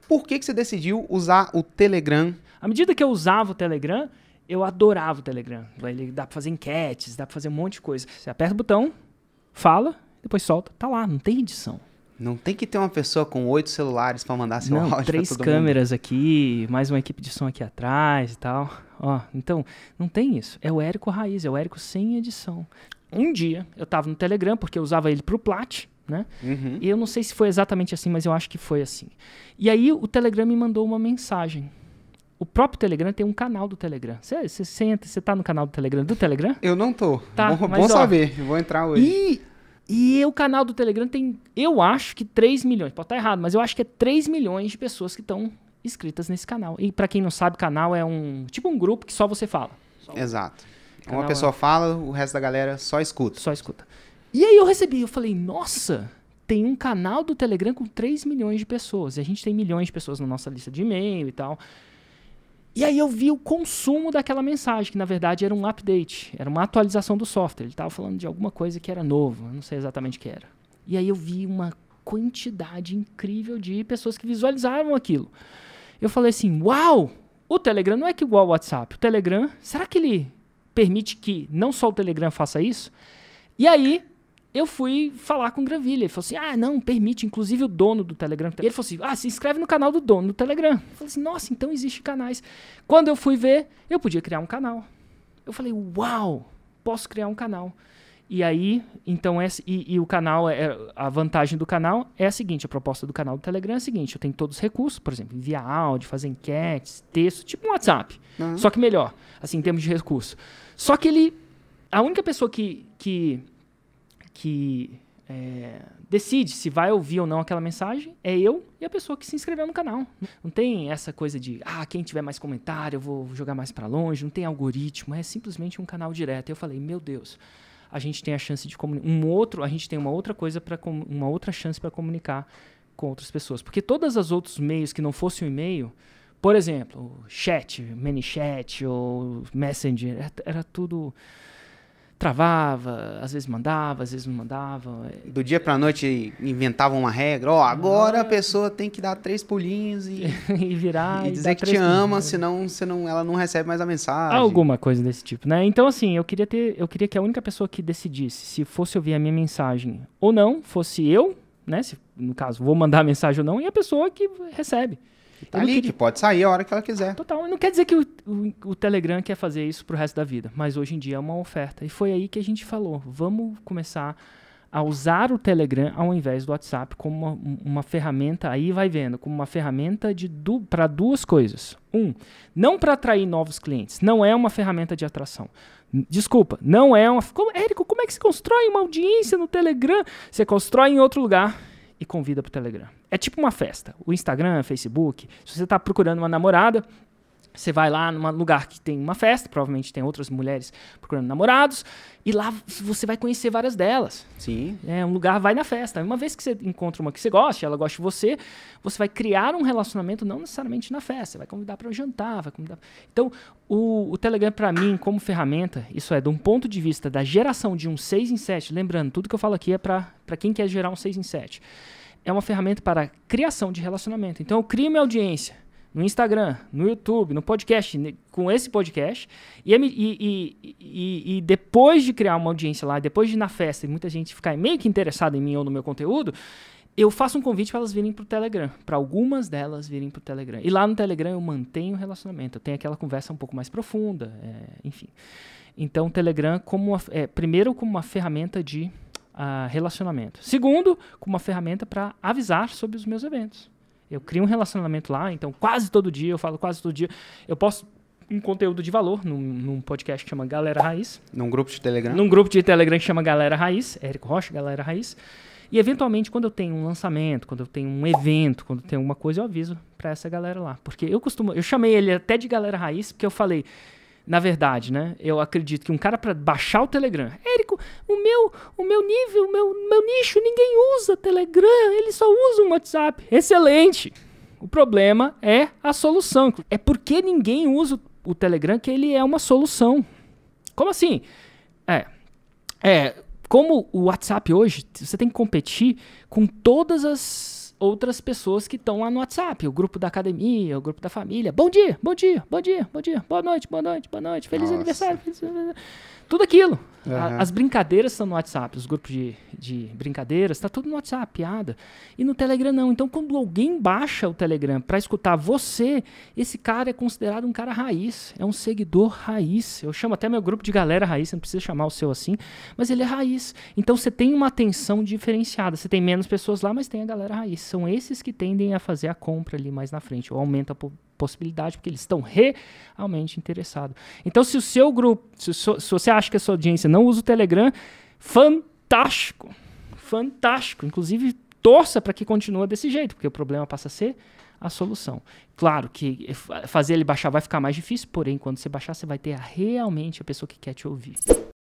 Por que você decidiu usar o Telegram? À medida que eu usava o Telegram, eu adorava o Telegram. Ele dá pra fazer enquetes, dá pra fazer um monte de coisa. Você aperta o botão, fala, depois solta. Tá lá, não tem edição. Não tem que ter uma pessoa com 8 celulares pra mandar seu áudio pra todo mundo. 3 câmeras aqui, mais uma equipe de som aqui atrás e tal. Ó, então, não tem isso. É o Érico raiz, é o Érico sem edição. Um dia, eu tava no Telegram, porque eu usava ele pro Plat, né? Uhum. E eu não sei se foi exatamente assim, mas eu acho que foi assim. E aí, o Telegram me mandou uma mensagem. O próprio Telegram tem um canal do Telegram. Você tá no canal do Telegram? Eu não tô. Tá, bom mas, saber. Eu vou entrar hoje. E o canal do Telegram tem, eu acho que 3 milhões. Pode estar errado, mas eu acho que é 3 milhões de pessoas que estão inscritas nesse canal. E pra quem não sabe, canal é tipo um grupo que só você fala. Exato. Canal Uma pessoa fala, o resto da galera só escuta. Só escuta. E aí eu falei, nossa, tem um canal do Telegram com 3 milhões de pessoas. E a gente tem milhões de pessoas na nossa lista de e-mail e tal. E aí eu vi o consumo daquela mensagem, que na verdade era um update, era uma atualização do software. Ele estava falando de alguma coisa que era novo, eu não sei exatamente o que era. E aí eu vi uma quantidade incrível de pessoas que visualizaram aquilo. Eu falei assim, uau, o Telegram não é que igual ao WhatsApp. O Telegram, será que ele permite que não só o Telegram faça isso? E aí eu fui falar com o Granville. Ele falou assim, não, permite, inclusive o dono do Telegram. E ele falou assim, se inscreve no canal do dono do Telegram. Eu falei assim, nossa, então existem canais. Quando eu fui ver, eu podia criar um canal. Eu falei, uau, posso criar um canal. E aí, então, o canal, a vantagem do canal é a seguinte, a proposta do canal do Telegram é a seguinte, eu tenho todos os recursos, por exemplo, enviar áudio, fazer enquetes, texto, tipo um WhatsApp, só que melhor, assim, em termos de recurso. Só que a única pessoa que decide se vai ouvir ou não aquela mensagem é eu e a pessoa que se inscreveu no canal. Não tem essa coisa de, quem tiver mais comentário, eu vou jogar mais para longe, não tem algoritmo, é simplesmente um canal direto. Eu falei, meu Deus, a gente tem a chance de comunicar, a gente tem uma outra coisa, uma outra chance para comunicar com outras pessoas. Porque todos os outros meios que não fossem um e-mail, por exemplo, chat, ManyChat ou Messenger, era tudo... travava, às vezes mandava, às vezes não mandava. Do dia pra noite inventavam uma regra, agora a pessoa tem que dar 3 pulinhos e virar e dizer que te ama, senão ela não recebe mais a mensagem. Alguma coisa desse tipo, né? Então, assim, eu queria que a única pessoa que decidisse se fosse ouvir a minha mensagem ou não, fosse eu, né? Se, no caso, vou mandar a mensagem ou não, e a pessoa que recebe. Tá ali, que pode sair a hora que ela quiser. Total. Não quer dizer que o Telegram quer fazer isso pro resto da vida, mas hoje em dia é uma oferta. E foi aí que a gente falou, vamos começar a usar o Telegram ao invés do WhatsApp como uma ferramenta, aí vai vendo, como uma ferramenta para duas coisas. Não para atrair novos clientes, não é uma ferramenta de atração. Desculpa, não é uma... Érico, como é que se constrói uma audiência no Telegram? Você constrói em outro lugar e convida pro Telegram. É tipo uma festa. O Instagram, Facebook, se você está procurando uma namorada, você vai lá num lugar que tem uma festa, provavelmente tem outras mulheres procurando namorados, e lá você vai conhecer várias delas. Sim. É um lugar, vai na festa. Uma vez que você encontra uma que você gosta, ela gosta de você vai criar um relacionamento não necessariamente na festa, você vai convidar para jantar, vai convidar... Então, o Telegram, para mim, como ferramenta, isso é, de um ponto de vista da geração de um 6 em 7, lembrando, tudo que eu falo aqui é para quem quer gerar um 6 em 7, é uma ferramenta para criação de relacionamento. Então, eu crio minha audiência no Instagram, no YouTube, no podcast, com esse podcast, e depois de criar uma audiência lá, depois de ir na festa e muita gente ficar meio que interessada em mim ou no meu conteúdo, eu faço um convite para elas virem para o Telegram, para algumas delas virem para o Telegram. E lá no Telegram eu mantenho o relacionamento, eu tenho aquela conversa um pouco mais profunda, enfim. Então, o Telegram, primeiro, como uma ferramenta de relacionamento. Segundo, como uma ferramenta para avisar sobre os meus eventos. Eu crio um relacionamento lá, então quase todo dia, eu posto um conteúdo de valor num podcast que chama Galera Raiz. Num grupo de Telegram? Num grupo de Telegram que chama Galera Raiz, Érico Rocha, Galera Raiz. E, eventualmente, quando eu tenho um lançamento, quando eu tenho um evento, quando eu tenho alguma coisa, eu aviso pra essa galera lá. Porque eu chamei ele até de Galera Raiz, porque eu falei, na verdade, né, eu acredito que um cara pra baixar o Telegram, Érico, o meu nível, o meu nicho, ninguém usa Telegram, ele só usa um WhatsApp. Excelente! O problema é a solução. É porque ninguém usa o Telegram que ele é uma solução. Como assim? Como o WhatsApp hoje, você tem que competir com todas outras pessoas que estão lá no WhatsApp, o grupo da academia, o grupo da família. Bom dia, bom dia, bom dia, bom dia, boa noite, boa noite, boa noite, feliz aniversário, feliz aniversário. Tudo aquilo. As brincadeiras estão no WhatsApp, os grupos de brincadeiras, está tudo no WhatsApp, piada. E no Telegram não. Então, quando alguém baixa o Telegram para escutar você, esse cara é considerado um cara raiz, é um seguidor raiz. Eu chamo até meu grupo de galera raiz, você não precisa chamar o seu assim, mas ele é raiz. Então, você tem uma atenção diferenciada. Você tem menos pessoas lá, mas tem a galera raiz. São esses que tendem a fazer a compra ali mais na frente, ou aumenta a possibilidade, porque eles estão realmente interessados. Então, se o seu grupo, se você acha que a sua audiência não usa o Telegram, fantástico, fantástico. Inclusive, torça para que continue desse jeito, porque o problema passa a ser a solução. Claro que fazer ele baixar vai ficar mais difícil, porém, quando você baixar, você vai ter realmente a pessoa que quer te ouvir.